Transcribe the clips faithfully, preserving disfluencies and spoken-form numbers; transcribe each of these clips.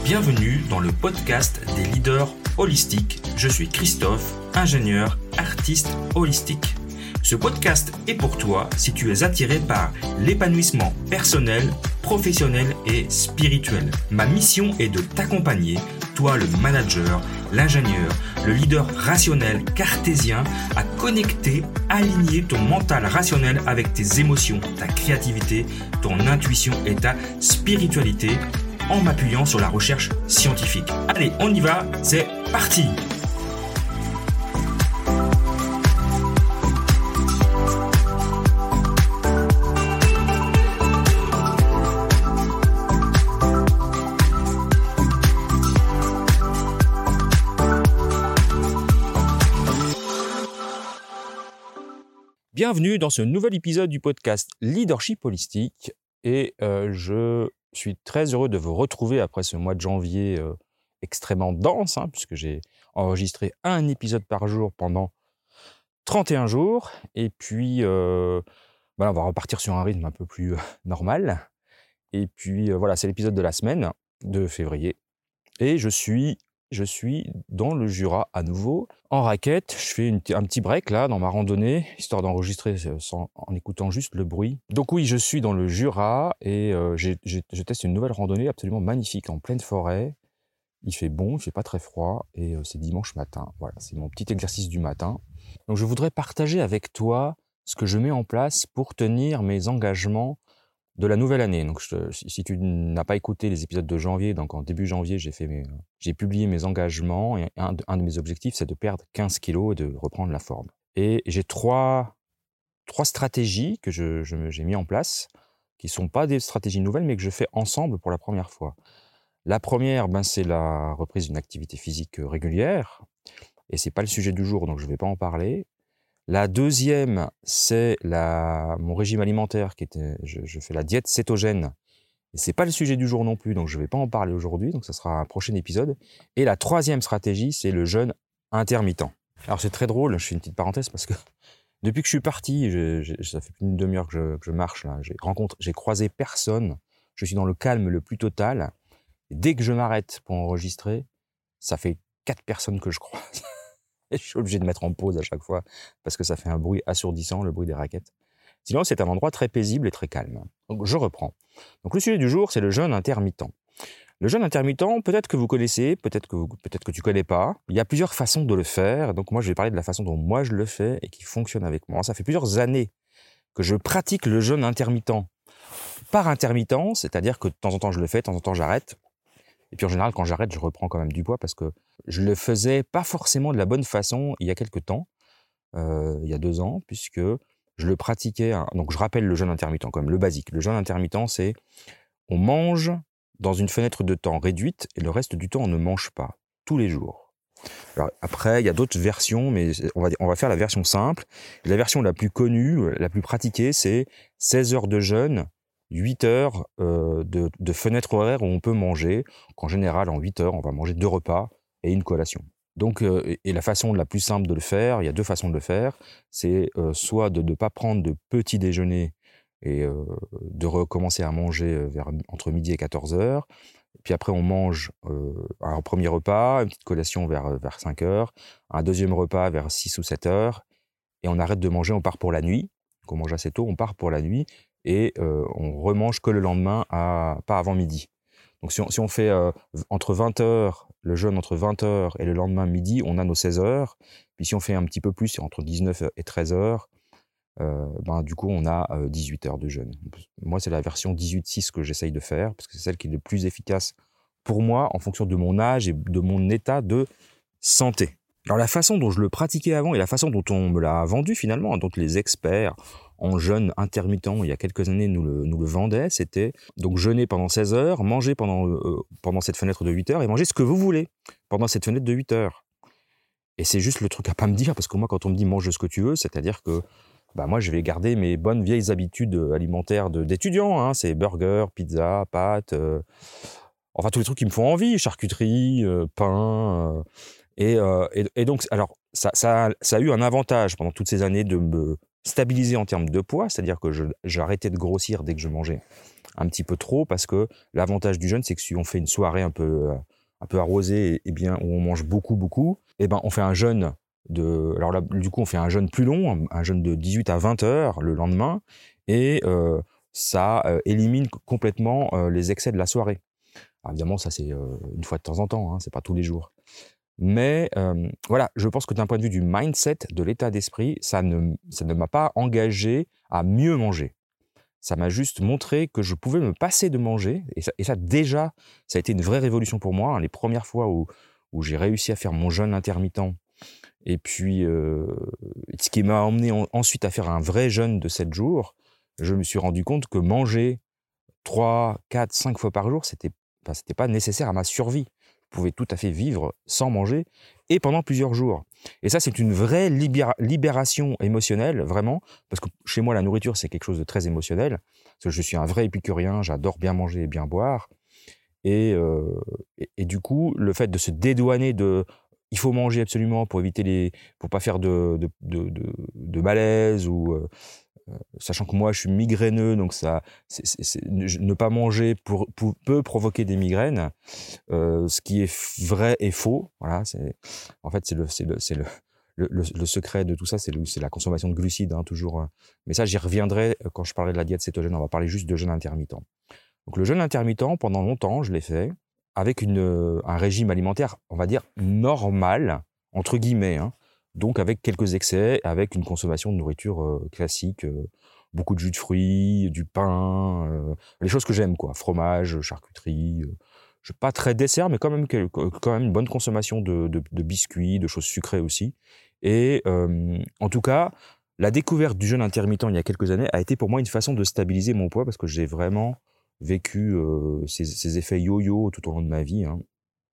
Bienvenue dans le podcast des leaders holistiques. Je suis Christophe, ingénieur, artiste holistique. Ce podcast est pour toi si tu es attiré par l'épanouissement personnel, professionnel et spirituel. Ma mission est de t'accompagner, toi le manager, l'ingénieur, le leader rationnel cartésien, à connecter, aligner ton mental rationnel avec tes émotions, ta créativité, ton intuition et ta spiritualité en m'appuyant sur la recherche scientifique. Allez, on y va, c'est parti! Bienvenue dans ce nouvel épisode du podcast Leadership Holistique et euh, je suis très heureux de vous retrouver après ce mois de janvier euh, extrêmement dense, hein, puisque j'ai enregistré un épisode par jour pendant trente et un jours. Et puis, euh, voilà, on va repartir sur un rythme un peu plus euh, normal. Et puis, euh, voilà, c'est l'épisode de la semaine de février. Et je suis, je suis dans le Jura à nouveau, en raquette. Je fais une, un petit break là dans ma randonnée, histoire d'enregistrer sans, en écoutant juste le bruit. Donc oui, je suis dans le Jura et euh, j'ai, j'ai, je teste une nouvelle randonnée absolument magnifique en pleine forêt. Il fait bon, il fait pas très froid et euh, c'est dimanche matin. Voilà, c'est mon petit exercice du matin. Donc je voudrais partager avec toi ce que je mets en place pour tenir mes engagements de la nouvelle année. Donc, je, si tu n'as pas écouté les épisodes de janvier, donc en début janvier, j'ai fait mes, j'ai publié mes engagements et un de, un de mes objectifs, c'est de perdre quinze kilos et de reprendre la forme. Et j'ai trois, trois stratégies que je, je, j'ai mis en place, qui sont pas des stratégies nouvelles, mais que je fais ensemble pour la première fois. La première, ben, c'est la reprise d'une activité physique régulière, et c'est pas le sujet du jour, donc je vais pas en parler. La deuxième, c'est la, mon régime alimentaire, qui était, je, je fais la diète cétogène. Et c'est pas le sujet du jour non plus, donc je vais pas en parler aujourd'hui, donc ça sera un prochain épisode. Et la troisième stratégie, c'est le jeûne intermittent. Alors c'est très drôle, je fais une petite parenthèse parce que depuis que je suis parti, je, je, ça fait plus d'une demi-heure que je, que je marche là, j'ai rencontré, j'ai croisé personne, je suis dans le calme le plus total. Et dès que je m'arrête pour enregistrer, ça fait quatre personnes que je croise. Et je suis obligé de mettre en pause à chaque fois parce que ça fait un bruit assourdissant, le bruit des raquettes. Sinon, c'est un endroit très paisible et très calme. Donc, je reprends. Donc, le sujet du jour, c'est le jeûne intermittent. Le jeûne intermittent, peut-être que vous connaissez, peut-être que, vous, peut-être que tu connais pas. Il y a plusieurs façons de le faire. Donc, moi, je vais parler de la façon dont moi, je le fais et qui fonctionne avec moi. Ça fait plusieurs années que je pratique le jeûne intermittent. Par intermittent, c'est-à-dire que de temps en temps, je le fais, de temps en temps, j'arrête. Et puis en général, quand j'arrête, je reprends quand même du poids parce que je le faisais pas forcément de la bonne façon il y a quelques temps, euh, il y a deux ans, puisque je le pratiquais. Hein, donc je rappelle le jeûne intermittent quand même, le basique. Le jeûne intermittent, c'est on mange dans une fenêtre de temps réduite et le reste du temps, on ne mange pas, tous les jours. Alors après, il y a d'autres versions, mais on va, on va faire la version simple. La version la plus connue, la plus pratiquée, c'est seize heures de jeûne, huit heures euh, de, de fenêtre horaire où on peut manger. Qu'en général, en huit heures, on va manger deux repas et une collation. Donc, euh, et la façon la plus simple de le faire, il y a deux façons de le faire, c'est euh, soit de ne pas prendre de petit déjeuner et euh, de recommencer à manger vers, entre midi et quatorze heures. Puis après, on mange euh, un premier repas, une petite collation vers, vers cinq heures, un deuxième repas vers six ou sept heures, et on arrête de manger, on part pour la nuit. Donc on mange assez tôt, on part pour la nuit, et euh, on remange que le lendemain, à, pas avant midi. Donc si on, si on fait euh, entre vingt heures, le jeûne entre vingt heures et le lendemain midi, on a nos seize heures. Puis si on fait un petit peu plus, entre dix-neuf et treize heures, euh, ben, du coup on a euh, dix-huit heures de jeûne. Moi c'est la version dix-huit six que j'essaye de faire, parce que c'est celle qui est le plus efficace pour moi en fonction de mon âge et de mon état de santé. Alors la façon dont je le pratiquais avant et la façon dont on me l'a vendu finalement, dont les experts en jeûne intermittent il y a quelques années nous le, nous le vendaient, c'était donc jeûner pendant seize heures, manger pendant, euh, pendant cette fenêtre de huit heures et manger ce que vous voulez pendant cette fenêtre de huit heures. Et c'est juste le truc à pas me dire, parce que moi quand on me dit mange ce que tu veux, c'est-à-dire que bah, moi je vais garder mes bonnes vieilles habitudes alimentaires de, d'étudiant, hein, c'est burger, pizza, pâtes, euh, enfin tous les trucs qui me font envie, charcuterie, euh, pain... Euh, Et, euh, et, et donc, alors, ça, ça, ça a eu un avantage pendant toutes ces années de me stabiliser en termes de poids, c'est-à-dire que je, j'arrêtais de grossir dès que je mangeais un petit peu trop, parce que l'avantage du jeûne, c'est que si on fait une soirée un peu, euh, un peu arrosée, et, et bien où on mange beaucoup, beaucoup, et ben on fait un jeûne de, alors là, du coup, on fait un jeûne plus long, un, un jeûne de dix-huit à vingt heures le lendemain, et euh, ça euh, élimine complètement euh, les excès de la soirée. Alors évidemment, ça c'est euh, une fois de temps en temps, hein, c'est pas tous les jours. Mais euh, voilà, je pense que d'un point de vue du mindset, de l'état d'esprit, ça ne, ça ne m'a pas engagé à mieux manger. Ça m'a juste montré que je pouvais me passer de manger. Et ça, et ça déjà, ça a été une vraie révolution pour moi, hein. Les premières fois où, où j'ai réussi à faire mon jeûne intermittent, et puis euh, ce qui m'a emmené en, ensuite à faire un vrai jeûne de sept jours, je me suis rendu compte que manger trois, quatre, cinq fois par jour, c'était, enfin, c'était pas nécessaire à ma survie. Je pouvais tout à fait vivre sans manger et pendant plusieurs jours. Et ça, c'est une vraie libéra- libération émotionnelle, vraiment, parce que chez moi, la nourriture, c'est quelque chose de très émotionnel. Parce que je suis un vrai épicurien, j'adore bien manger et bien boire. Et, euh, et, et du coup, le fait de se dédouaner de il faut manger absolument pour éviter les, pour pas faire de, de, de, de, de malaise ou euh, sachant que moi je suis migraineux, donc ça, c'est, c'est, c'est, ne pas manger pour, pour, peut provoquer des migraines, euh, ce qui est vrai et faux. Voilà, c'est, en fait, c'est le, c'est le, c'est le, le, le, le secret de tout ça, c'est, le, c'est la consommation de glucides, hein, toujours. Hein. Mais ça, j'y reviendrai quand je parlerai de la diète cétogène. On va parler juste de jeûne intermittent. Donc le jeûne intermittent, pendant longtemps, je l'ai fait avec une, un régime alimentaire, on va dire normal, entre guillemets, hein. Donc avec quelques excès, avec une consommation de nourriture euh, classique, euh, beaucoup de jus de fruits, du pain, euh, les choses que j'aime, quoi, fromage, charcuterie. Euh, je pas très dessert, mais quand même, quand même une bonne consommation de, de, de biscuits, de choses sucrées aussi. Et euh, en tout cas, la découverte du jeûne intermittent il y a quelques années a été pour moi une façon de stabiliser mon poids, parce que j'ai vraiment vécu euh, ces, ces effets yo-yo tout au long de ma vie, hein.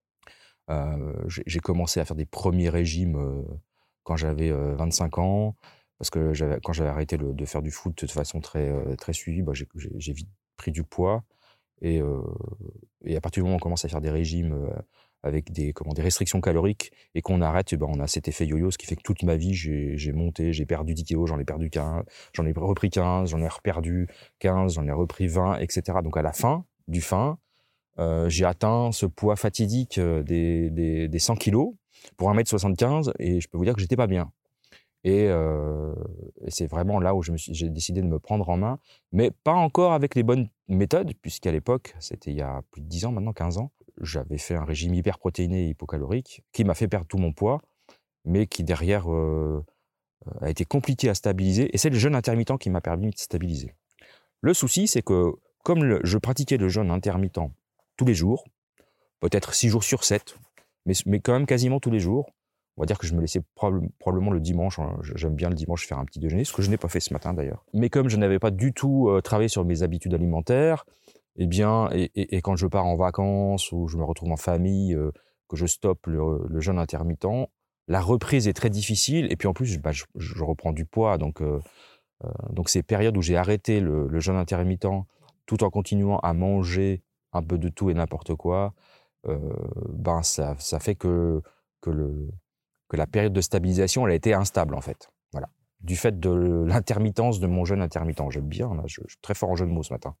Euh, j'ai, j'ai commencé à faire des premiers régimes euh, quand j'avais euh, vingt-cinq ans, parce que j'avais, quand j'avais arrêté le, de faire du foot de façon très, euh, très suivie, bah, j'ai, j'ai, j'ai vite pris du poids. Et, euh, et à partir du moment où on commence à faire des régimes euh, avec des, comment, des restrictions caloriques et qu'on arrête, et ben on a cet effet yo-yo, ce qui fait que toute ma vie, j'ai, j'ai monté, j'ai perdu dix kilos, j'en ai perdu quinze, j'en ai repris quinze, j'en ai reperdu quinze, j'en ai repris vingt, et cetera. Donc à la fin du fin, euh, j'ai atteint ce poids fatidique euh, des, des, des cent kilos pour un mètre soixante-quinze, et je peux vous dire que j'étais pas bien. Et, euh, et c'est vraiment là où je me suis, j'ai décidé de me prendre en main, mais pas encore avec les bonnes méthodes, puisqu'à l'époque, c'était il y a plus de dix ans maintenant, quinze ans, j'avais fait un régime hyperprotéiné et hypocalorique qui m'a fait perdre tout mon poids, mais qui derrière euh, a été compliqué à stabiliser. Et c'est le jeûne intermittent qui m'a permis de stabiliser. Le souci, c'est que comme le, je pratiquais le jeûne intermittent tous les jours, peut-être six jours sur sept, mais, mais quand même quasiment tous les jours. On va dire que je me laissais prob- probablement le dimanche, hein. J'aime bien le dimanche faire un petit déjeuner, ce que je n'ai pas fait ce matin d'ailleurs. Mais comme je n'avais pas du tout euh, travaillé sur mes habitudes alimentaires, eh bien, et, et, et quand je pars en vacances ou je me retrouve en famille, euh, que je stoppe le, le jeûne intermittent, la reprise est très difficile. Et puis en plus, bah, je, je reprends du poids. Donc, euh, euh, donc ces périodes où j'ai arrêté le, le jeûne intermittent tout en continuant à manger un peu de tout et n'importe quoi, euh, ben ça, ça fait que, que le que la période de stabilisation, elle a été instable, en fait. Voilà. Du fait de l'intermittence de mon jeûne intermittent. J'aime bien, là, je, je suis très fort en jeu de mots ce matin.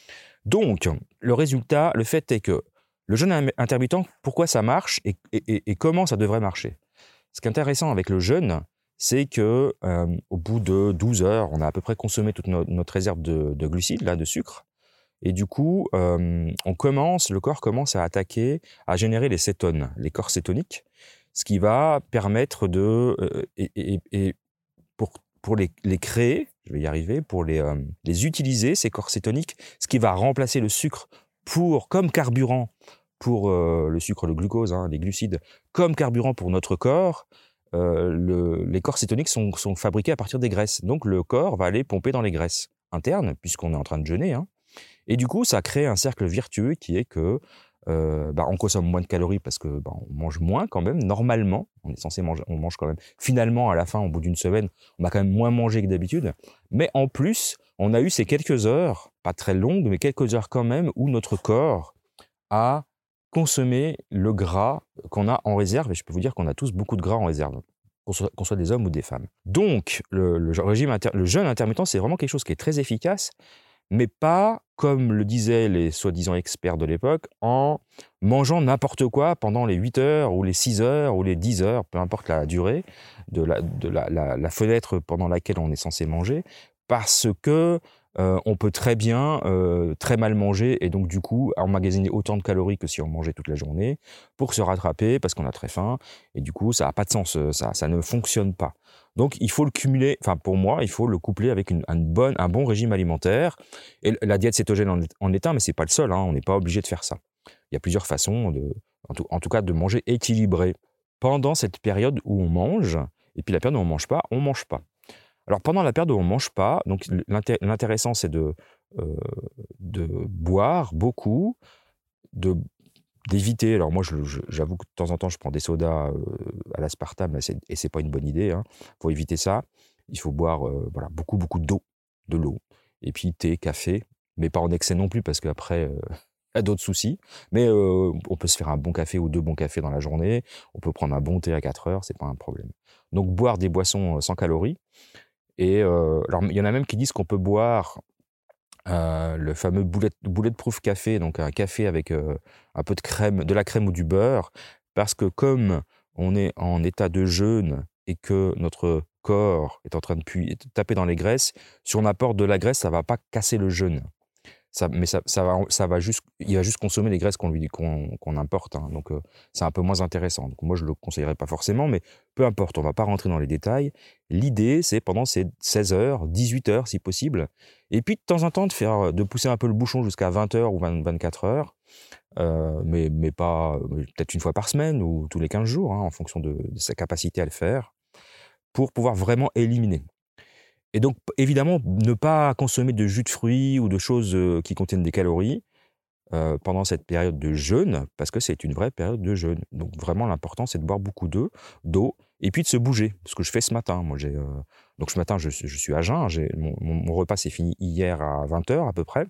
Donc, le résultat, le fait est que le jeûne intermittent, pourquoi ça marche et, et, et comment ça devrait marcher? Ce qui est intéressant avec le jeûne, c'est que euh, au bout de douze heures, on a à peu près consommé toute no- notre réserve de, de glucides, là, de sucre. Et du coup, euh, on commence, le corps commence à attaquer, à générer les cétones, les corps cétoniques, ce qui va permettre de, euh, et, et, et pour, pour les, les créer, je vais y arriver, pour les, euh, les utiliser, ces corps cétoniques, ce qui va remplacer le sucre pour, comme carburant pour euh, le sucre, le glucose, hein, les glucides, comme carburant pour notre corps. Euh, le, les corps cétoniques sont, sont fabriqués à partir des graisses. Donc le corps va aller pomper dans les graisses internes, puisqu'on est en train de jeûner, hein. Et du coup, ça crée un cercle vertueux qui est que euh, bah, on consomme moins de calories parce que bah, on mange moins quand même. Normalement, on est censé manger, on mange quand même. Finalement, à la fin, au bout d'une semaine, on a quand même moins mangé que d'habitude. Mais en plus, on a eu ces quelques heures, pas très longues, mais quelques heures quand même, où notre corps a consommé le gras qu'on a en réserve. Et je peux vous dire qu'on a tous beaucoup de gras en réserve, qu'on soit, qu'on soit des hommes ou des femmes. Donc, le, le régime inter, le jeûne intermittent, c'est vraiment quelque chose qui est très efficace, mais pas comme le disaient les soi-disant experts de l'époque, en mangeant n'importe quoi pendant les huit heures ou les six heures ou les dix heures, peu importe la durée de la, de la, la, la fenêtre pendant laquelle on est censé manger, parce que euh, on peut très bien euh, très mal manger et donc du coup emmagasiner autant de calories que si on mangeait toute la journée pour se rattraper parce qu'on a très faim et du coup ça n'a pas de sens, ça, ça ne fonctionne pas. Donc il faut le cumuler, enfin pour moi, il faut le coupler avec une, une bonne, un bon régime alimentaire. Et la diète cétogène en est, en est un, mais c'est pas le seul, hein, on n'est pas obligé de faire ça. Il y a plusieurs façons, de, en, tout, en tout cas, de manger équilibré pendant cette période où on mange, et puis la période où on mange pas, on mange pas. Alors pendant la période où on mange pas, donc l'intéressant c'est de, euh, de boire beaucoup, de d'éviter, alors moi je, je, j'avoue que de temps en temps je prends des sodas euh, à l'aspartame c'est, et c'est pas une bonne idée, hein. Faut éviter ça. Il faut boire euh, voilà, beaucoup beaucoup d'eau, de l'eau, et puis thé, café, mais pas en excès non plus parce qu'après euh, il y a d'autres soucis. Mais euh, on peut se faire un bon café ou deux bons cafés dans la journée, on peut prendre un bon thé à quatre heures, c'est pas un problème. Donc boire des boissons sans calories, et euh, alors il y en a même qui disent qu'on peut boire Euh, le fameux bullet, bulletproof café, donc un café avec euh, un peu de crème, de la crème ou du beurre, parce que comme on est en état de jeûne et que notre corps est en train de pu- taper dans les graisses, si on apporte de la graisse, ça va pas casser le jeûne. Ça, mais ça, ça va, ça va juste, il va juste consommer les graisses qu'on lui qu'on, qu'on importe, hein. Donc euh, c'est un peu moins intéressant. Donc moi je le conseillerais pas forcément, mais peu importe, on va pas rentrer dans les détails. L'idée c'est pendant ces seize heures, dix-huit heures si possible, et puis de temps en temps de faire, de pousser un peu le bouchon jusqu'à vingt heures ou vingt, vingt-quatre heures, euh, mais mais pas peut-être une fois par semaine ou tous les quinze jours, hein, en fonction de, de sa capacité à le faire, pour pouvoir vraiment éliminer. Et donc, évidemment, ne pas consommer de jus de fruits ou de choses euh, qui contiennent des calories euh, pendant cette période de jeûne, parce que c'est une vraie période de jeûne. Donc, vraiment, l'important, c'est de boire beaucoup d'eau, d'eau et puis de se bouger. Ce que je fais ce matin. Moi, j'ai, euh, donc, ce matin, je, je suis à jeun. J'ai, mon, mon, mon repas s'est fini hier à vingt heures à peu près.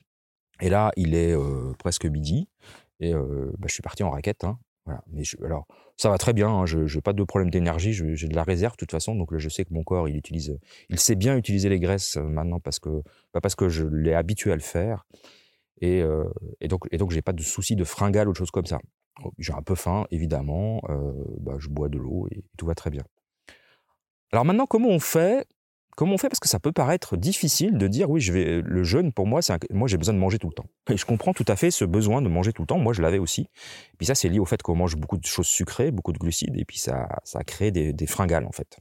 Et là, il est euh, presque midi. Et euh, bah, je suis parti en raquette, hein. Voilà. Mais je, alors, ça va très bien, hein, je n'ai pas de problème d'énergie, je, j'ai de la réserve de toute façon, donc là, je sais que mon corps, il utilise, il sait bien utiliser les graisses euh, maintenant parce que, pas parce que je l'ai habitué à le faire, et, euh, et donc, et donc j'ai pas de souci de fringales ou de choses comme ça. J'ai un peu faim, évidemment, euh, bah, je bois de l'eau et tout va très bien. Alors maintenant, comment on fait Comment on fait Parce que ça peut paraître difficile de dire, oui, je vais, le jeûne, pour moi, c'est un, moi, j'ai besoin de manger tout le temps. Et je comprends tout à fait ce besoin de manger tout le temps. Moi, je l'avais aussi. Et puis ça, c'est lié au fait qu'on mange beaucoup de choses sucrées, beaucoup de glucides, et puis ça, ça crée des, des fringales, en fait.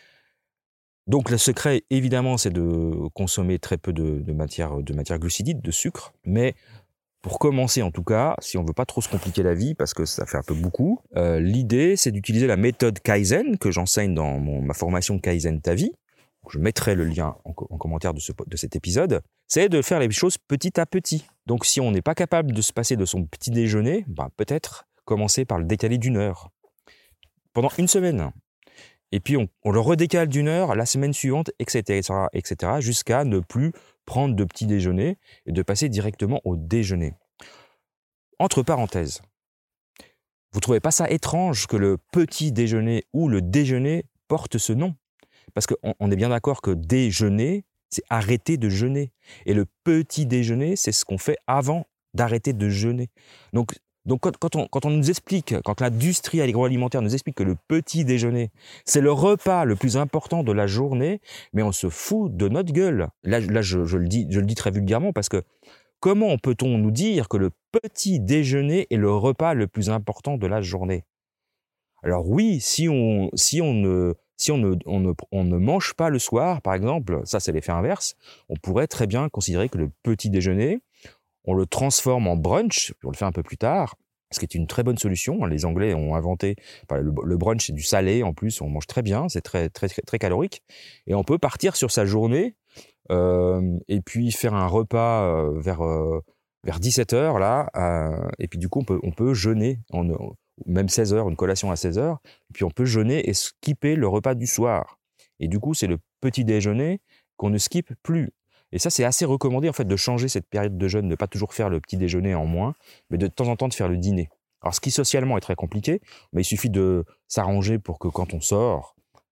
Donc, le secret, évidemment, c'est de consommer très peu de, de matière, de matière glucidique, de sucre. Mais pour commencer, en tout cas, si on veut pas trop se compliquer la vie, parce que ça fait un peu beaucoup, euh, l'idée, c'est d'utiliser la méthode Kaizen que j'enseigne dans mon, ma formation Kaizen Ta Vie. Je mettrai le lien en, en commentaire de, ce, de cet épisode, c'est de faire les choses petit à petit. Donc si on n'est pas capable de se passer de son petit déjeuner, ben peut-être commencer par le décaler d'une heure, pendant une semaine. Et puis on, on le redécale d'une heure la semaine suivante, et cetera, et cetera, jusqu'à ne plus prendre de petit déjeuner et de passer directement au déjeuner. Entre parenthèses, vous ne trouvez pas ça étrange que le petit déjeuner ou le déjeuner porte ce nom ? Parce qu'on on est bien d'accord que déjeuner, c'est arrêter de jeûner. Et le petit déjeuner, c'est ce qu'on fait avant d'arrêter de jeûner. Donc, donc quand, quand, on, quand on nous explique, quand l'industrie agroalimentaire nous explique que le petit déjeuner, c'est le repas le plus important de la journée, mais on se fout de notre gueule. Là, là je, je, le dis, je le dis très vulgairement parce que comment peut-on nous dire que le petit déjeuner est le repas le plus important de la journée ? Alors oui, si on, si on ne... Si on ne, on, ne, on ne mange pas le soir, par exemple, ça c'est l'effet inverse, on pourrait très bien considérer que le petit déjeuner, on le transforme en brunch, puis on le fait un peu plus tard, ce qui est une très bonne solution. Les Anglais ont inventé, enfin, le, le brunch c'est du salé, en plus on mange très bien, c'est très, très, très, très calorique, et on peut partir sur sa journée, euh, et puis faire un repas euh, vers, euh, vers dix-sept heures, là, euh, et puis du coup on peut, on peut jeûner, on, même seize heures, une collation à seize heures, et puis on peut jeûner et skipper le repas du soir. Et du coup, c'est le petit déjeuner qu'on ne skippe plus. Et ça, c'est assez recommandé en fait de changer cette période de jeûne, de ne pas toujours faire le petit déjeuner en moins, mais de, de temps en temps de faire le dîner. Alors, ce qui socialement est très compliqué, mais il suffit de s'arranger pour que quand on sort,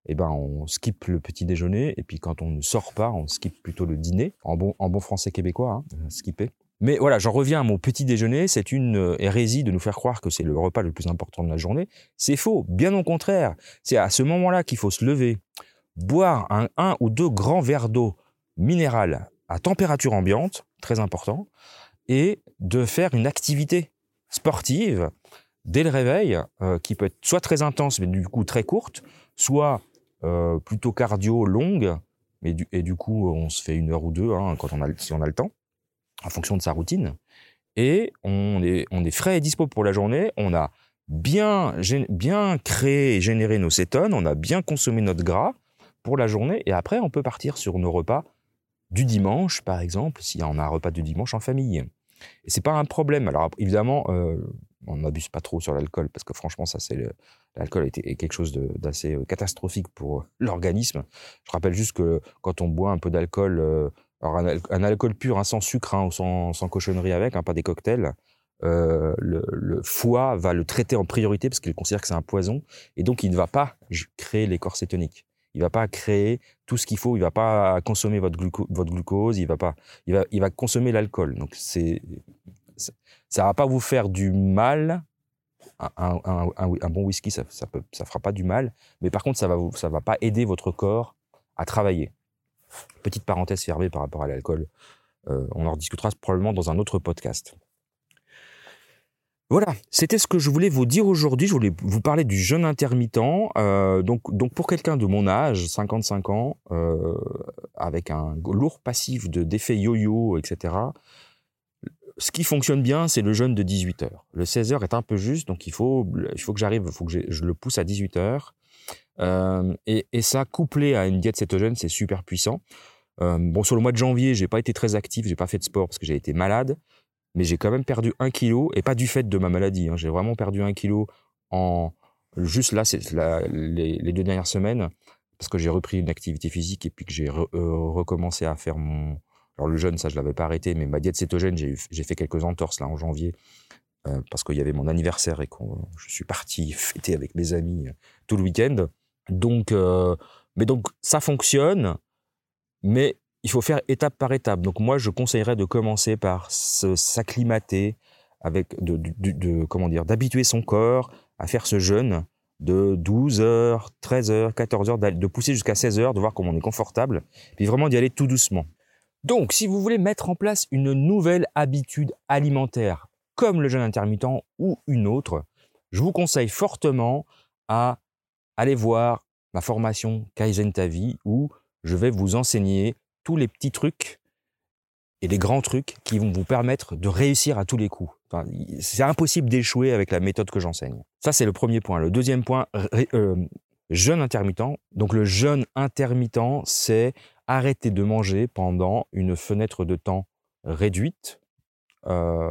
eh ben, on skip le petit déjeuner, et puis quand on ne sort pas, on skip plutôt le dîner, en bon, en bon français québécois, hein, skipper. Mais voilà, j'en reviens à mon petit déjeuner, c'est une hérésie de nous faire croire que c'est le repas le plus important de la journée. C'est faux, bien au contraire. C'est à ce moment-là qu'il faut se lever, boire un, un ou deux grands verres d'eau minérale à température ambiante, très important, et de faire une activité sportive dès le réveil, euh, qui peut être soit très intense, mais du coup très courte, soit euh, plutôt cardio longue, mais du, et du coup on se fait une heure ou deux, hein, quand on a, si on a le temps, en fonction de sa routine, et on est, on est frais et dispo pour la journée, on a bien, bien créé et généré nos cétones, on a bien consommé notre gras pour la journée, et après on peut partir sur nos repas du dimanche, par exemple, si on a un repas du dimanche en famille. Et c'est pas un problème. Alors évidemment, euh, on n'abuse pas trop sur l'alcool, parce que franchement, ça c'est le, l'alcool est, est quelque chose de, d'assez catastrophique pour l'organisme. Je rappelle juste que quand on boit un peu d'alcool, euh, alors un, un alcool pur, hein, sans sucre, hein, ou sans, sans cochonnerie avec, hein, pas des cocktails, euh, le, le foie va le traiter en priorité parce qu'il considère que c'est un poison, et donc il ne va pas créer les corps cétoniques. Il va pas créer tout ce qu'il faut, il va pas consommer votre, gluco- votre glucose, il va pas, il va, il va consommer l'alcool. Donc c'est, ça va pas vous faire du mal. Un, un, un, un bon whisky, ça, ça peut, ça fera pas du mal, mais par contre, ça va, vous, ça va pas aider votre corps à travailler. Petite parenthèse fermée par rapport à l'alcool. Euh, on en discutera probablement dans un autre podcast. Voilà, c'était ce que je voulais vous dire aujourd'hui. Je voulais vous parler du jeûne intermittent. Euh, donc, donc pour quelqu'un de mon âge, cinquante-cinq ans, euh, avec un lourd passif de, d'effets yo-yo, et cetera, ce qui fonctionne bien, c'est le jeûne de dix-huit heures. Le seize heures est un peu juste, donc il faut, il faut que j'arrive, il faut que je le pousse à dix-huit heures. Euh, et, et ça, couplé à une diète cétogène, c'est super puissant. Euh, bon, sur le mois de janvier, j'ai pas été très actif, j'ai pas fait de sport parce que j'ai été malade. Mais j'ai quand même perdu un kilo, et pas du fait de ma maladie, hein. J'ai vraiment perdu un kilo en juste là, c'est la, les, les deux dernières semaines, parce que j'ai repris une activité physique et puis que j'ai re, euh, recommencé à faire mon... Alors le jeûne, ça je l'avais pas arrêté, mais ma diète cétogène, j'ai, j'ai fait quelques entorses là en janvier, euh, parce qu'il y avait mon anniversaire et que je suis parti fêter avec mes amis euh, tout le week-end. Donc, euh, mais donc ça fonctionne, mais il faut faire étape par étape. Donc moi, je conseillerais de commencer par se, s'acclimater, avec de, de, de, de comment dire, d'habituer son corps à faire ce jeûne de douze heures, treize heures, quatorze heures, de pousser jusqu'à seize heures, de voir comment on est confortable, puis vraiment d'y aller tout doucement. Donc, si vous voulez mettre en place une nouvelle habitude alimentaire, comme le jeûne intermittent ou une autre, je vous conseille fortement à aller voir ma formation Kaizen Ta Vie, où je vais vous enseigner tous les petits trucs et les grands trucs qui vont vous permettre de réussir à tous les coups. Enfin, c'est impossible d'échouer avec la méthode que j'enseigne. Ça, c'est le premier point. Le deuxième point, euh, jeûne intermittent. Donc le jeûne intermittent, c'est arrêter de manger pendant une fenêtre de temps réduite euh,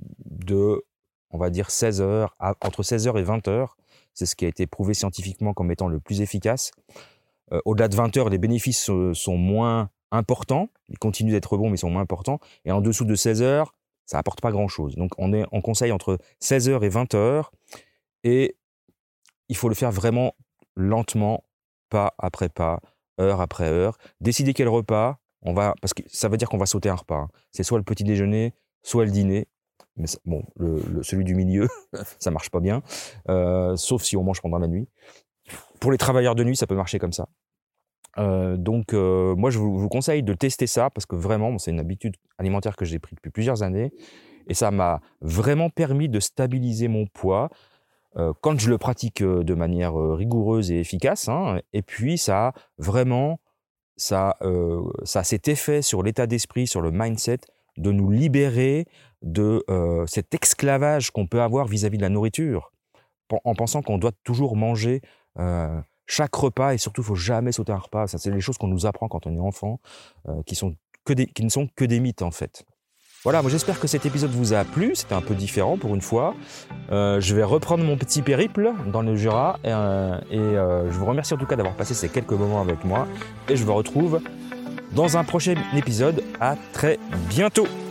de, on va dire, seize heures, à, entre seize heures et vingt heures. C'est ce qui a été prouvé scientifiquement comme étant le plus efficace. Euh, au-delà de vingt heures, les bénéfices euh, sont moins importants. Ils continuent d'être bons, mais ils sont moins importants. Et en dessous de seize heures, ça apporte pas grand-chose. Donc, on, est, on conseille entre seize heures et vingt heures. Et il faut le faire vraiment lentement, pas après pas, heure après heure. Décider quel repas, on va, parce que ça veut dire qu'on va sauter un repas. Hein. C'est soit le petit déjeuner, soit le dîner. Mais bon, le, le, celui du milieu, ça marche pas bien. Euh, sauf si on mange pendant la nuit. Pour les travailleurs de nuit, ça peut marcher comme ça. Euh, donc, euh, moi, je vous, vous conseille de tester ça parce que vraiment, bon, c'est une habitude alimentaire que j'ai prise depuis plusieurs années et ça m'a vraiment permis de stabiliser mon poids euh, quand je le pratique de manière rigoureuse et efficace. Hein, et puis, ça a vraiment, ça, euh, ça a cet effet sur l'état d'esprit, sur le mindset, de nous libérer de euh, cet esclavage qu'on peut avoir vis-à-vis de la nourriture, en pensant qu'on doit toujours manger euh, chaque repas, et surtout, il ne faut jamais sauter un repas. Ça, c'est les choses qu'on nous apprend quand on est enfant, euh, qui, sont que des, qui ne sont que des mythes, en fait. Voilà, moi j'espère que cet épisode vous a plu. C'était un peu différent pour une fois. Euh, je vais reprendre mon petit périple dans le Jura. Euh, et euh, je vous remercie en tout cas d'avoir passé ces quelques moments avec moi. Et je vous retrouve dans un prochain épisode. À très bientôt.